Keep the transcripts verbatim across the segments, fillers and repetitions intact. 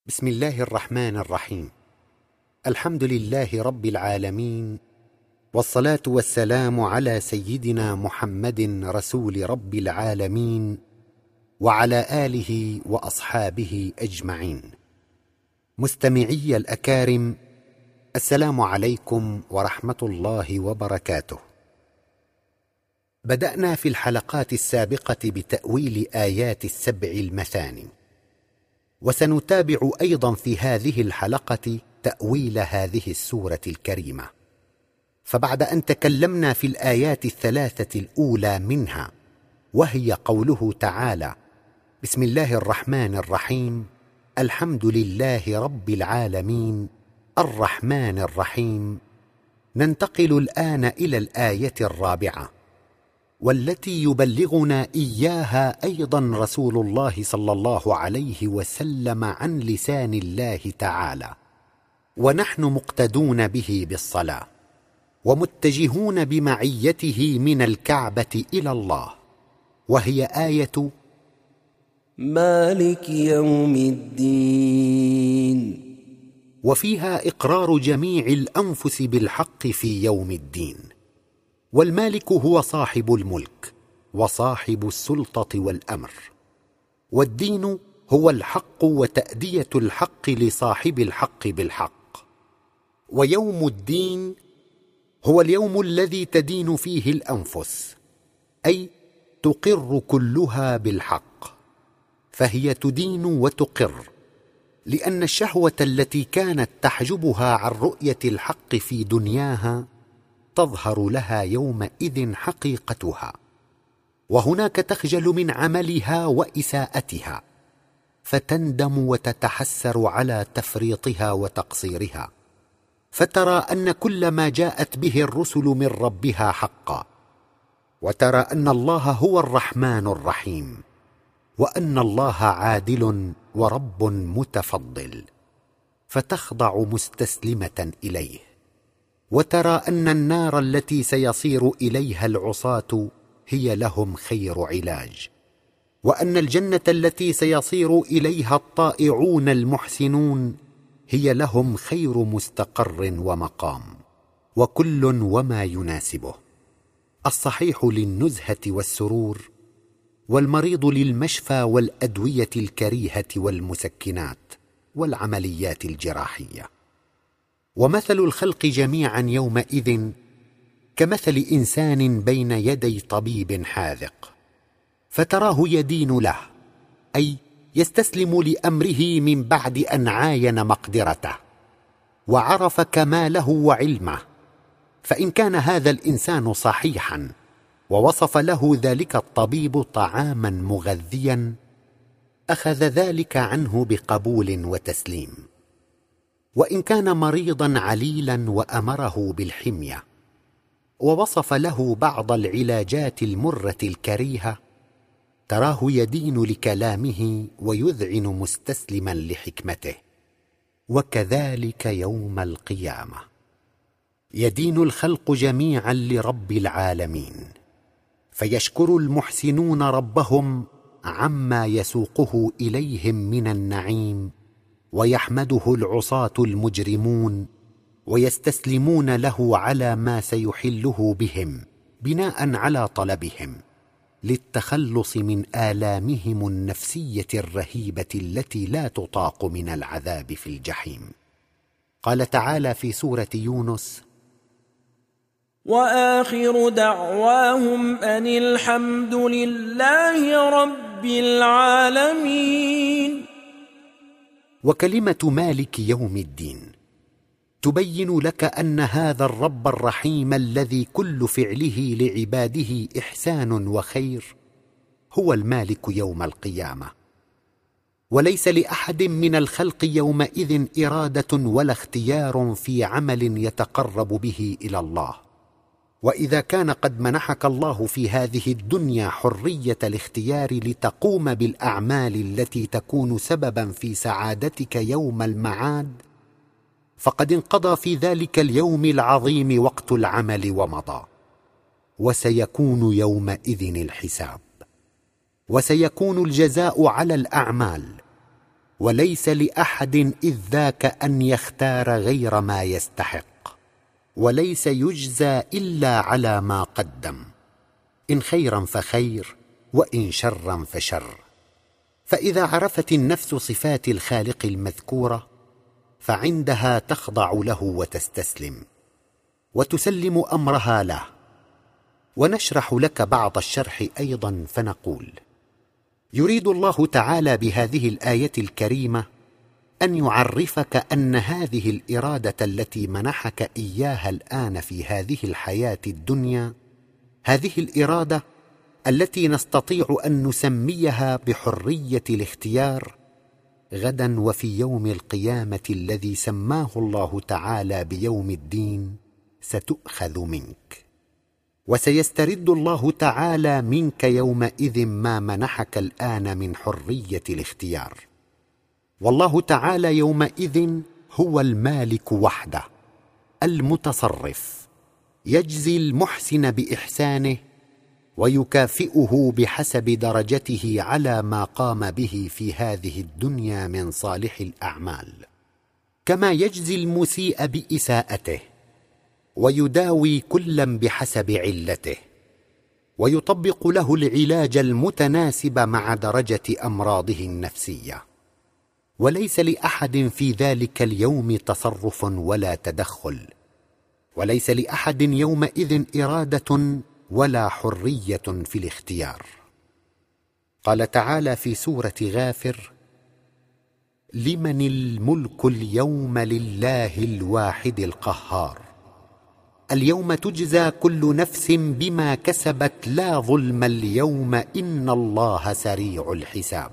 بسم الله الرحمن الرحيم. الحمد لله رب العالمين، والصلاة والسلام على سيدنا محمد رسول رب العالمين وعلى آله وأصحابه أجمعين. مستمعي الأكارم، السلام عليكم ورحمة الله وبركاته. بدأنا في الحلقات السابقة بتأويل آيات السبع المثاني، وسنتابع أيضا في هذه الحلقة تأويل هذه السورة الكريمة. فبعد أن تكلمنا في الآيات الثلاثة الأولى منها، وهي قوله تعالى: بسم الله الرحمن الرحيم، الحمد لله رب العالمين الرحمن الرحيم، ننتقل الآن إلى الآية الرابعة، والتي يبلغنا إياها أيضا رسول الله صلى الله عليه وسلم عن لسان الله تعالى، ونحن مقتدون به بالصلاة ومتجهون بمعيته من الكعبة إلى الله، وهي آية مالك يوم الدين، وفيها إقرار جميع الأنفس بالحق في يوم الدين. والمالك هو صاحب الملك وصاحب السلطة والأمر، والدين هو الحق وتأدية الحق لصاحب الحق بالحق. ويوم الدين هو اليوم الذي تدين فيه الأنفس، أي تقر كلها بالحق، فهي تدين وتقر، لأن الشهوة التي كانت تحجبها عن رؤية الحق في دنياها تظهر لها يومئذ حقيقتها، وهناك تخجل من عملها وإساءتها، فتندم وتتحسر على تفريطها وتقصيرها، فترى أن كل ما جاءت به الرسل من ربها حقا، وترى أن الله هو الرحمن الرحيم، وأن الله عادل ورب متفضل، فتخضع مستسلمة إليه، وترى أن النار التي سيصير إليها العصاة هي لهم خير علاج، وأن الجنة التي سيصير إليها الطائعون المحسنون هي لهم خير مستقر ومقام، وكل وما يناسبه، الصحيح للنزهة والسرور، والمريض للمشفى والأدوية الكريهة والمسكنات والعمليات الجراحية. ومثل الخلق جميعا يومئذ كمثل إنسان بين يدي طبيب حاذق، فتراه يدين له، أي يستسلم لأمره من بعد أن عاين مقدرته وعرف كماله وعلمه. فإن كان هذا الإنسان صحيحا ووصف له ذلك الطبيب طعاما مغذيا، أخذ ذلك عنه بقبول وتسليم. وإن كان مريضا عليلا وأمره بالحمية ووصف له بعض العلاجات المرة الكريهة، تراه يدين لكلامه ويذعن مستسلما لحكمته. وكذلك يوم القيامة يدين الخلق جميعا لرب العالمين، فيشكر المحسنون ربهم عما يسوقه إليهم من النعيم، ويحمده العصاة المجرمون، ويستسلمون له على ما سيحله بهم بناء على طلبهم للتخلص من آلامهم النفسية الرهيبة التي لا تطاق من العذاب في الجحيم. قال تعالى في سورة يونس: وآخر دعواهم أن الحمد لله رب العالمين. وكلمة مالك يوم الدين تبين لك أن هذا الرب الرحيم الذي كل فعله لعباده إحسان وخير هو المالك يوم القيامة، وليس لأحد من الخلق يومئذ إرادة ولا اختيار في عمل يتقرب به إلى الله. وإذا كان قد منحك الله في هذه الدنيا حرية الاختيار لتقوم بالأعمال التي تكون سببا في سعادتك يوم المعاد، فقد انقضى في ذلك اليوم العظيم وقت العمل ومضى، وسيكون يومئذ الحساب، وسيكون الجزاء على الأعمال، وليس لأحد إذ ذاك أن يختار غير ما يستحق، وليس يجزى إلا على ما قدم، إن خيرا فخير وإن شرا فشر. فإذا عرفت النفس صفات الخالق المذكورة فعندها تخضع له وتستسلم وتسلم أمرها له. ونشرح لك بعض الشرح أيضا فنقول: يريد الله تعالى بهذه الآية الكريمة أن يعرفك أن هذه الإرادة التي منحك إياها الآن في هذه الحياة الدنيا، هذه الإرادة التي نستطيع أن نسميها بحرية الاختيار، غدا وفي يوم القيامة الذي سماه الله تعالى بيوم الدين ستؤخذ منك، وسيسترد الله تعالى منك يومئذ ما منحك الآن من حرية الاختيار. والله تعالى يومئذ هو المالك وحده المتصرف، يجزي المحسن بإحسانه ويكافئه بحسب درجته على ما قام به في هذه الدنيا من صالح الأعمال، كما يجزي المسيء بإساءته، ويداوي كلا بحسب علته، ويطبق له العلاج المتناسب مع درجة أمراضه النفسية. وليس لأحد في ذلك اليوم تصرف ولا تدخل، وليس لأحد يومئذ إرادة ولا حرية في الاختيار. قال تعالى في سورة غافر: لمن الملك اليوم لله الواحد القهار، اليوم تجزى كل نفس بما كسبت لا ظلم اليوم إن الله سريع الحساب.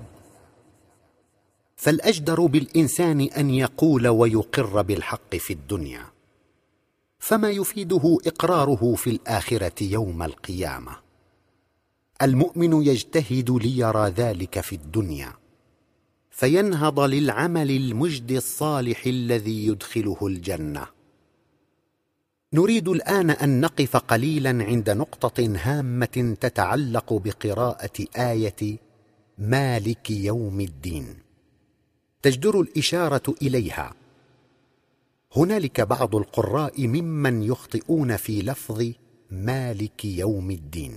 فالأجدر بالإنسان أن يقول ويقر بالحق في الدنيا، فما يفيده إقراره في الآخرة يوم القيامة. المؤمن يجتهد ليرى ذلك في الدنيا، فينهض للعمل المجدي الصالح الذي يدخله الجنة. نريد الآن أن نقف قليلا عند نقطة هامة تتعلق بقراءة آية مالك يوم الدين، تجدر الإشارة إليها. هنالك بعض القراء ممن يخطئون في لفظ مالك يوم الدين،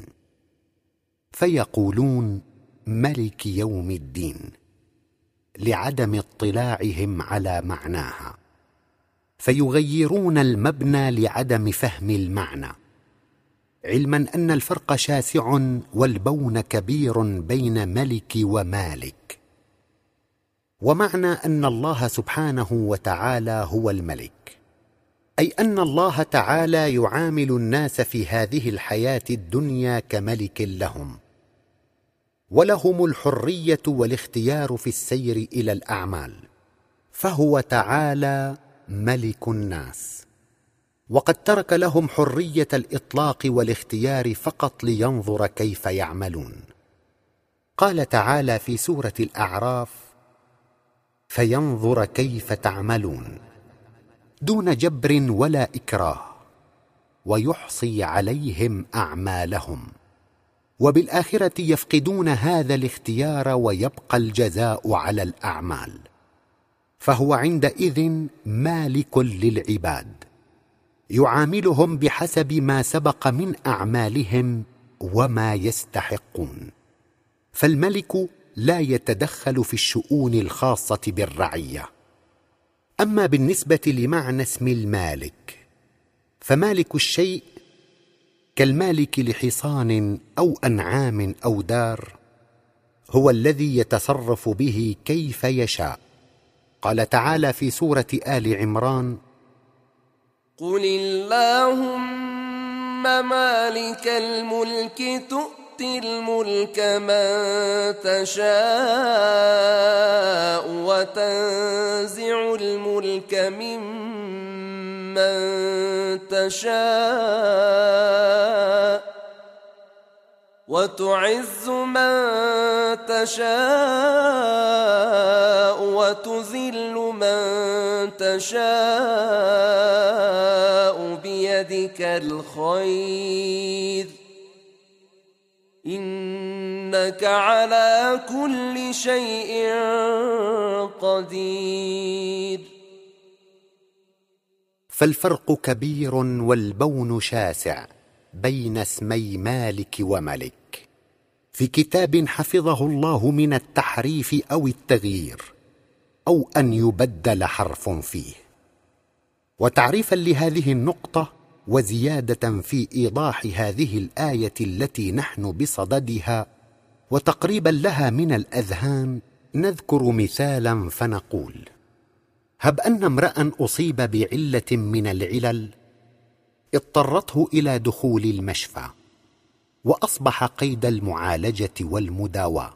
فيقولون ملك يوم الدين لعدم اطلاعهم على معناها، فيغيرون المبنى لعدم فهم المعنى، علما أن الفرق شاسع والبون كبير بين ملك ومالك. ومعنى أن الله سبحانه وتعالى هو الملك، أي أن الله تعالى يعامل الناس في هذه الحياة الدنيا كملك لهم، ولهم الحرية والاختيار في السير إلى الأعمال، فهو تعالى ملك الناس، وقد ترك لهم حرية الإطلاق والاختيار فقط لينظر كيف يعملون. قال تعالى في سورة الأعراف: فينظر كيف تعملون، دون جبر ولا إكراه، ويحصي عليهم أعمالهم، وبالآخرة يفقدون هذا الاختيار ويبقى الجزاء على الأعمال، فهو عندئذ مالك للعباد، يعاملهم بحسب ما سبق من أعمالهم وما يستحقون. فالملك لا يتدخل في الشؤون الخاصة بالرعية. أما بالنسبة لمعنى اسم المالك، فمالك الشيء كالمالك لحصان أو أنعام أو دار، هو الذي يتصرف به كيف يشاء. قال تعالى في سورة آل عمران: قل اللهم مالك الملك تؤتي الملك من تشاء وتنزع الملك ممن تشاء وتعز من تشاء وتذل من تشاء بيدك الخير إنك إنك على كل شيء قدير. فالفرق كبير والبون شاسع بين اسمي مالك وملك في كتاب حفظه الله من التحريف أو التغيير أو أن يبدل حرف فيه. وتعريفا لهذه النقطة وزيادة في إيضاح هذه الآية التي نحن بصددها وتقريبا لها من الأذهان، نذكر مثالا فنقول: هب أن امرأ أصيب بعلة من العلل اضطرته إلى دخول المشفى وأصبح قيد المعالجة والمداواة،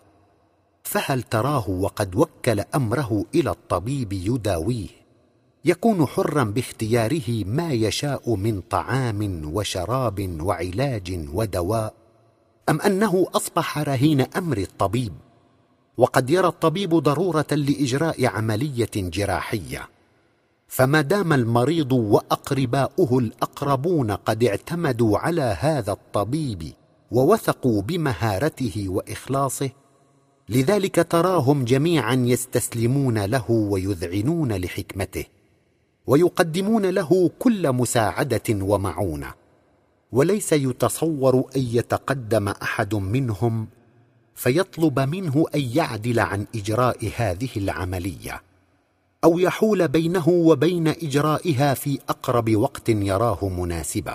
فهل تراه وقد وكل أمره إلى الطبيب يداويه يكون حرا باختياره ما يشاء من طعام وشراب وعلاج ودواء، أم أنه أصبح رهين أمر الطبيب وقد يرى الطبيب ضرورة لإجراء عملية جراحية، فما دام المريض وأقرباؤه الأقربون قد اعتمدوا على هذا الطبيب ووثقوا بمهارته وإخلاصه، لذلك تراهم جميعا يستسلمون له ويذعنون لحكمته ويقدمون له كل مساعدة ومعونة، وليس يتصور أن يتقدم أحد منهم فيطلب منه أن يعدل عن إجراء هذه العملية أو يحول بينه وبين إجرائها في أقرب وقت يراه مناسبا.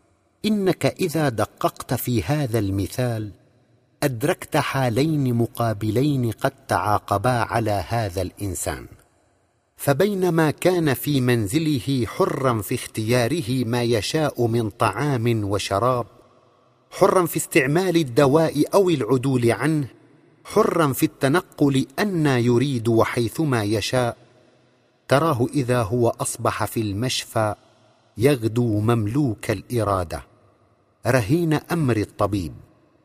إنك إذا دققت في هذا المثال أدركت حالين مقابلين قد تعاقبا على هذا الإنسان، فبينما كان في منزله حرا في اختياره ما يشاء من طعام وشراب، حرا في استعمال الدواء أو العدول عنه، حرا في التنقل أن يريد وحيثما يشاء، تراه إذا هو أصبح في المشفى يغدو مملوك الإرادة رهين أمر الطبيب.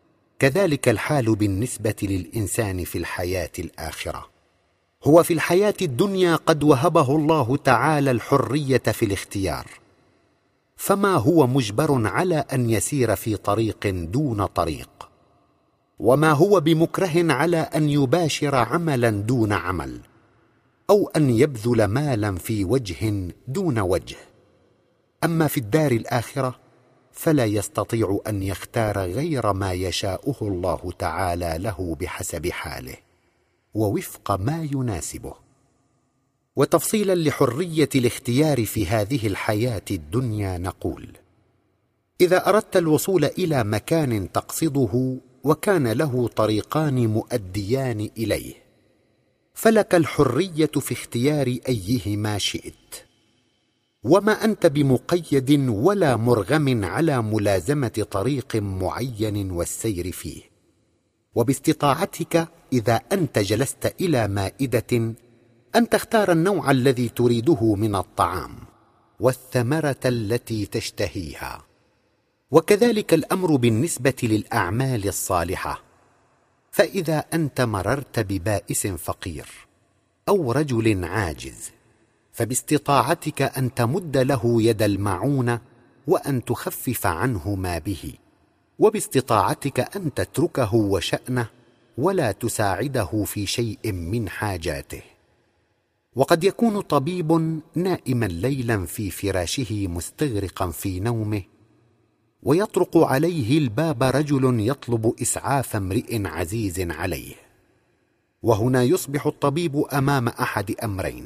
كذلك الحال بالنسبة للإنسان في الحياة الآخرة. هو في الحياة الدنيا قد وهبه الله تعالى الحرية في الاختيار، فما هو مجبر على أن يسير في طريق دون طريق، وما هو بمكره على أن يباشر عملا دون عمل، أو أن يبذل مالا في وجه دون وجه. أما في الدار الآخرة فلا يستطيع أن يختار غير ما يشاءه الله تعالى له بحسب حاله ووفق ما يناسبه. وتفصيلا لحرية الاختيار في هذه الحياة الدنيا نقول: إذا أردت الوصول إلى مكان تقصده وكان له طريقان مؤديان إليه، فلك الحرية في اختيار أيهما شئت، وما أنت بمقيد ولا مرغم على ملازمة طريق معين والسير فيه. وباستطاعتك إذا أنت جلست إلى مائدة أن تختار النوع الذي تريده من الطعام والثمرة التي تشتهيها. وكذلك الأمر بالنسبة للأعمال الصالحة، فإذا أنت مررت ببائس فقير أو رجل عاجز، فباستطاعتك أن تمد له يد المعونة وأن تخفف عنه ما به، وباستطاعتك أن تتركه وشأنه ولا تساعده في شيء من حاجاته. وقد يكون طبيب نائما ليلا في فراشه مستغرقا في نومه، ويطرق عليه الباب رجل يطلب إسعاف امرئ عزيز عليه، وهنا يصبح الطبيب أمام أحد أمرين: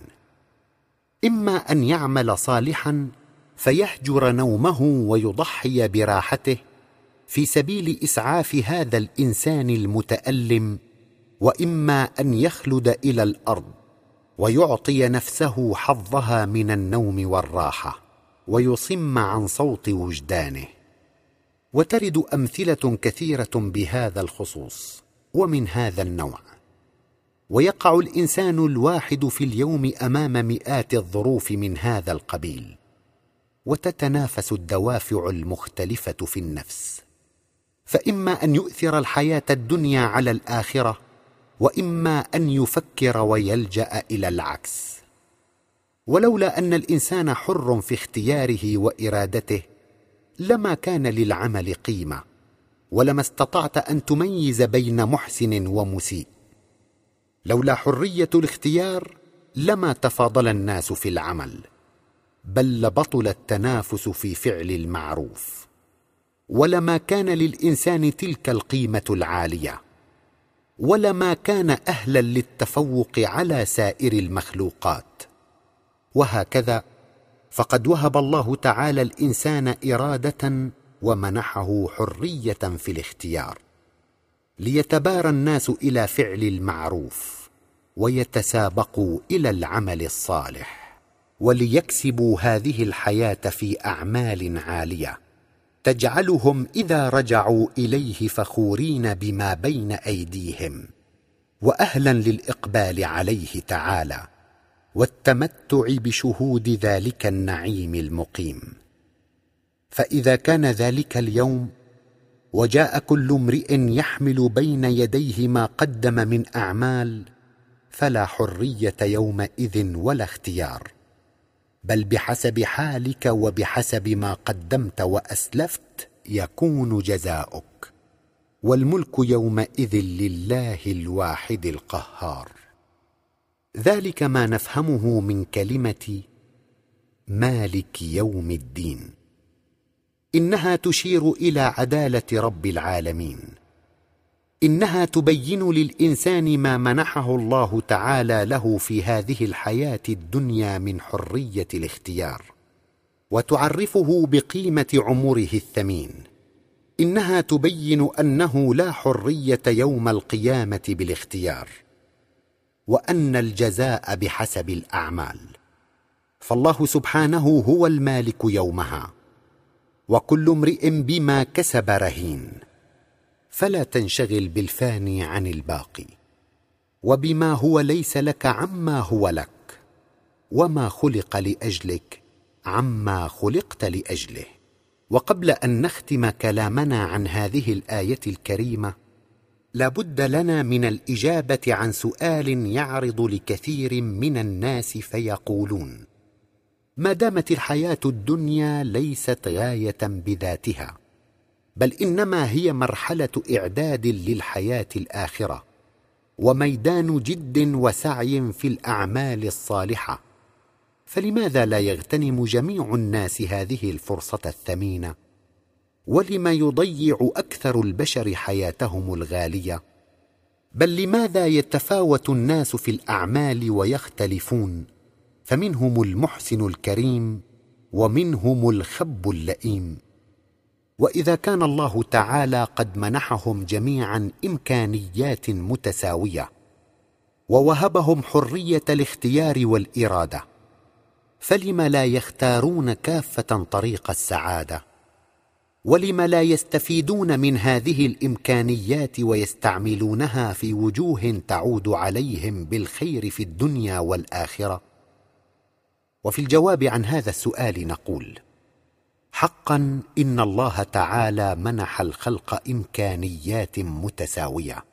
إما أن يعمل صالحا فيهجر نومه ويضحي براحته في سبيل إسعاف هذا الإنسان المتألم، وإما أن يخلد إلى الأرض ويعطي نفسه حظها من النوم والراحة ويصم عن صوت وجدانه. وترد أمثلة كثيرة بهذا الخصوص ومن هذا النوع، ويقع الإنسان الواحد في اليوم أمام مئات الظروف من هذا القبيل، وتتنافس الدوافع المختلفة في النفس، فإما أن يؤثر الحياة الدنيا على الآخرة، وإما أن يفكر ويلجأ إلى العكس. ولولا أن الإنسان حر في اختياره وإرادته لما كان للعمل قيمة، ولما استطعت أن تميز بين محسن ومسيء. لولا حرية الاختيار لما تفاضل الناس في العمل، بل لبطل التنافس في فعل المعروف، ولما كان للإنسان تلك القيمة العالية، ولما كان أهلا للتفوق على سائر المخلوقات. وهكذا فقد وهب الله تعالى الإنسان إرادة ومنحه حرية في الاختيار، ليتبارى الناس إلى فعل المعروف ويتسابقوا إلى العمل الصالح، وليكسبوا هذه الحياة في أعمال عالية تجعلهم إذا رجعوا إليه فخورين بما بين أيديهم، وأهلا للإقبال عليه تعالى والتمتع بشهود ذلك النعيم المقيم. فإذا كان ذلك اليوم وجاء كل امرئ يحمل بين يديه ما قدم من أعمال، فلا حرية يومئذ ولا اختيار، بل بحسب حالك وبحسب ما قدمت وأسلفت يكون جزاؤك، والملك يومئذ لله الواحد القهار. ذلك ما نفهمه من كلمة مالك يوم الدين، إنها تشير إلى عدالة رب العالمين، إنها تبين للإنسان ما منحه الله تعالى له في هذه الحياة الدنيا من حرية الاختيار، وتعرفه بقيمة عمره الثمين. إنها تبين أنه لا حرية يوم القيامة بالاختيار، وأن الجزاء بحسب الأعمال، فالله سبحانه هو المالك يومها، وكل امرئ بما كسب رهين. فلا تنشغل بالفاني عن الباقي، وبما هو ليس لك عما هو لك، وما خلق لأجلك عما خلقت لأجله. وقبل أن نختم كلامنا عن هذه الآية الكريمة، لابد لنا من الإجابة عن سؤال يعرض لكثير من الناس فيقولون: ما دامت الحياة الدنيا ليست غاية بذاتها، بل إنما هي مرحلة إعداد للحياة الآخرة، وميدان جد وسعي في الأعمال الصالحة، فلماذا لا يغتنم جميع الناس هذه الفرصة الثمينة؟ ولما يضيع أكثر البشر حياتهم الغالية؟ بل لماذا يتفاوت الناس في الأعمال ويختلفون، فمنهم المحسن الكريم ومنهم الخب اللئيم؟ وإذا كان الله تعالى قد منحهم جميعا إمكانيات متساوية، ووهبهم حرية الاختيار والإرادة، فلم لا يختارون كافة طريق السعادة؟ ولم لا يستفيدون من هذه الإمكانيات ويستعملونها في وجوه تعود عليهم بالخير في الدنيا والآخرة؟ وفي الجواب عن هذا السؤال نقول: حقا إن الله تعالى منح الخلق إمكانيات متساوية،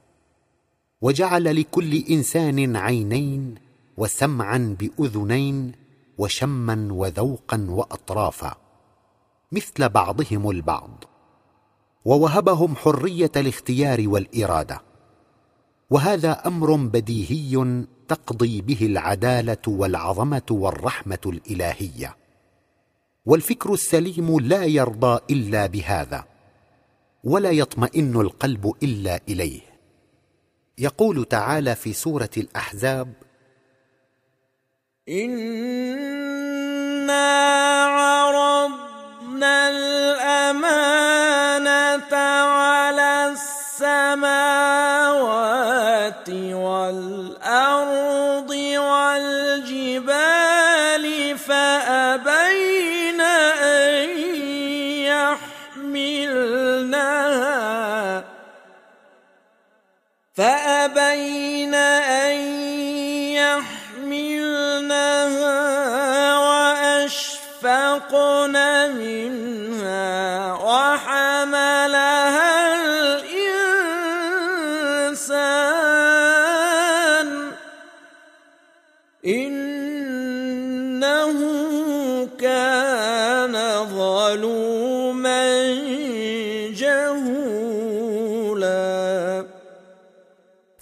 وجعل لكل إنسان عينين وسمعا بأذنين وشما وذوقا وأطرافا مثل بعضهم البعض، ووهبهم حرية الاختيار والإرادة. وهذا أمر بديهي تقضي به العدالة والعظمة والرحمة الإلهية، والفكر السليم لا يرضى إلا بهذا، ولا يطمئن القلب إلا إليه. يقول تعالى في سورة الأحزاب: إنا عرضنا الأمانة على السماوات والأرض والجبال فأبين أن يحملنها فأبين أن يحملنها وأشفقن منها وحملها الإنسان إنه كان ظلوما جهولا.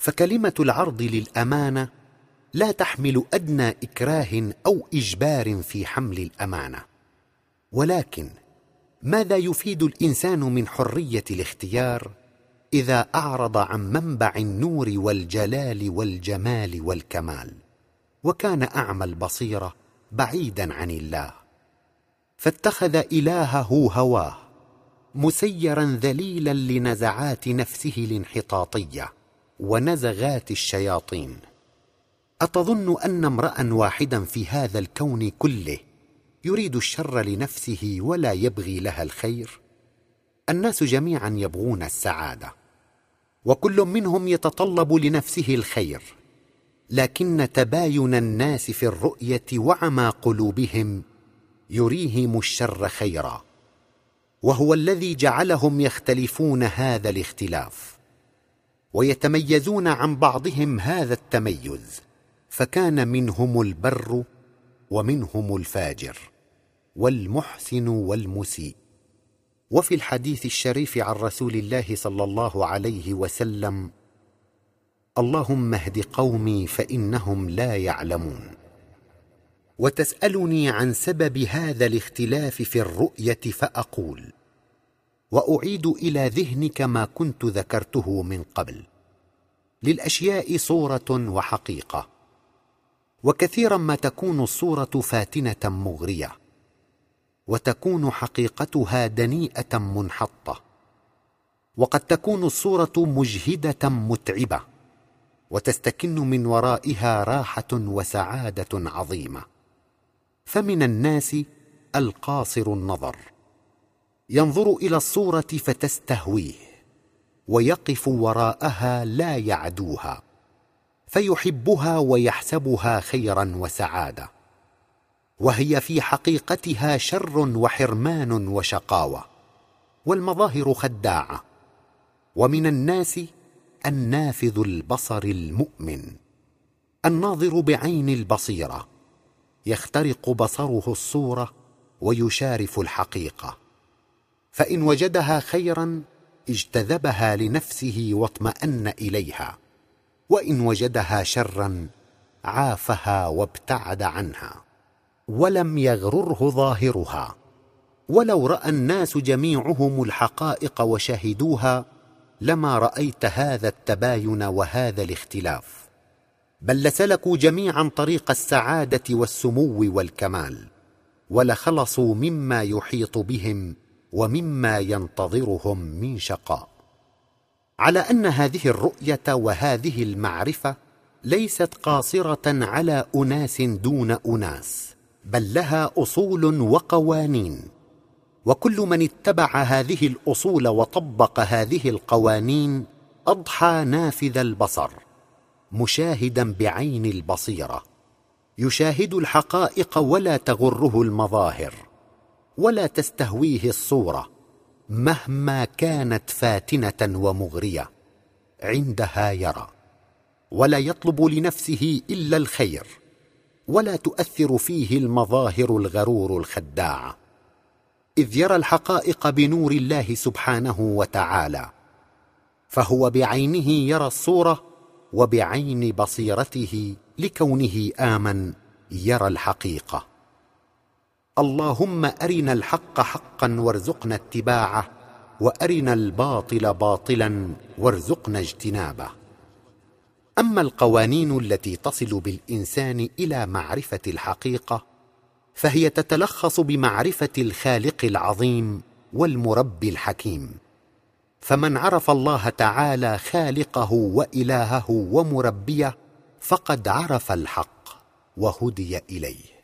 فكلمة العرض للأمانة لا تحمل أدنى إكراه أو إجبار في حمل الأمانة، ولكن ماذا يفيد الإنسان من حرية الاختيار إذا أعرض عن منبع النور والجلال والجمال والكمال، وكان أعمى البصيرة بعيدا عن الله، فاتخذ إلهه هواه مسيرا ذليلا لنزعات نفسه الانحطاطية ونزغات الشياطين. أتظن أن امرأ واحدا في هذا الكون كله يريد الشر لنفسه ولا يبغي لها الخير؟ الناس جميعا يبغون السعادة، وكل منهم يتطلب لنفسه الخير، لكن تباين الناس في الرؤية وعمى قلوبهم يريهم الشر خيرا، وهو الذي جعلهم يختلفون هذا الاختلاف ويتميزون عن بعضهم هذا التميز، فكان منهم البر ومنهم الفاجر والمحسن والمسيء. وفي الحديث الشريف عن رسول الله صلى الله عليه وسلم: اللهم اهد قومي فإنهم لا يعلمون. وتسألني عن سبب هذا الاختلاف في الرؤية فأقول: وأعيد إلى ذهنك ما كنت ذكرته من قبل، للأشياء صورة وحقيقة، وكثيرا ما تكون الصورة فاتنة مغرية، وتكون حقيقتها دنيئة منحطة، وقد تكون الصورة مجهدة متعبة، وتستكن من ورائها راحة وسعادة عظيمة. فمن الناس القاصر النظر، ينظر إلى الصورة فتستهويه، ويقف وراءها لا يعدوها، فيحبها ويحسبها خيرا وسعادة، وهي في حقيقتها شر وحرمان وشقاوة، والمظاهر خداعة. ومن الناس النافذ البصر المؤمن، الناظر بعين البصيرة، يخترق بصره الصورة ويشارف الحقيقة، فإن وجدها خيرا اجتذبها لنفسه واطمأن إليها، وإن وجدها شرا عافها وابتعد عنها، ولم يغرره ظاهرها. ولو رأى الناس جميعهم الحقائق وشهدوها لما رأيت هذا التباين وهذا الاختلاف، بل لسلكوا جميعا طريق السعادة والسمو والكمال، ولخلصوا مما يحيط بهم ومما ينتظرهم من شقاء. على أن هذه الرؤية وهذه المعرفة ليست قاصرة على أناس دون أناس، بل لها أصول وقوانين، وكل من اتبع هذه الأصول وطبق هذه القوانين أضحى نافذ البصر، مشاهدا بعين البصيرة، يشاهد الحقائق ولا تغره المظاهر، ولا تستهويه الصورة مهما كانت فاتنة ومغرية، عندها يرى، ولا يطلب لنفسه إلا الخير، ولا تؤثر فيه المظاهر الغرور الخداعة، إذ يرى الحقائق بنور الله سبحانه وتعالى، فهو بعينه يرى الصورة، وبعين بصيرته لكونه آمن يرى الحقيقة. اللهم أرنا الحق حقا وارزقنا اتباعه، وأرنا الباطل باطلا وارزقنا اجتنابه. أما القوانين التي تصل بالإنسان إلى معرفة الحقيقة فهي تتلخص بمعرفة الخالق العظيم والمربي الحكيم، فمن عرف الله تعالى خالقه وإلهه ومربيه فقد عرف الحق وهدي إليه.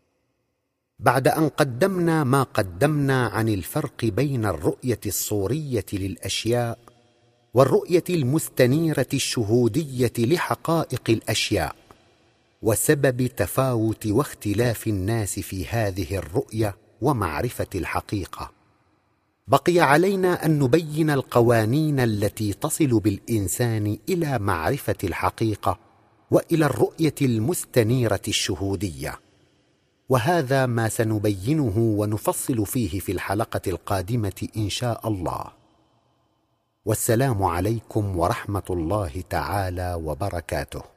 بعد أن قدمنا ما قدمنا عن الفرق بين الرؤية الصورية للأشياء والرؤية المستنيرة الشهودية لحقائق الأشياء، وسبب تفاوت واختلاف الناس في هذه الرؤية ومعرفة الحقيقة، بقي علينا أن نبين القوانين التي تصل بالإنسان إلى معرفة الحقيقة وإلى الرؤية المستنيرة الشهودية، وهذا ما سنبينه ونفصل فيه في الحلقة القادمة إن شاء الله. والسلام عليكم ورحمة الله تعالى وبركاته.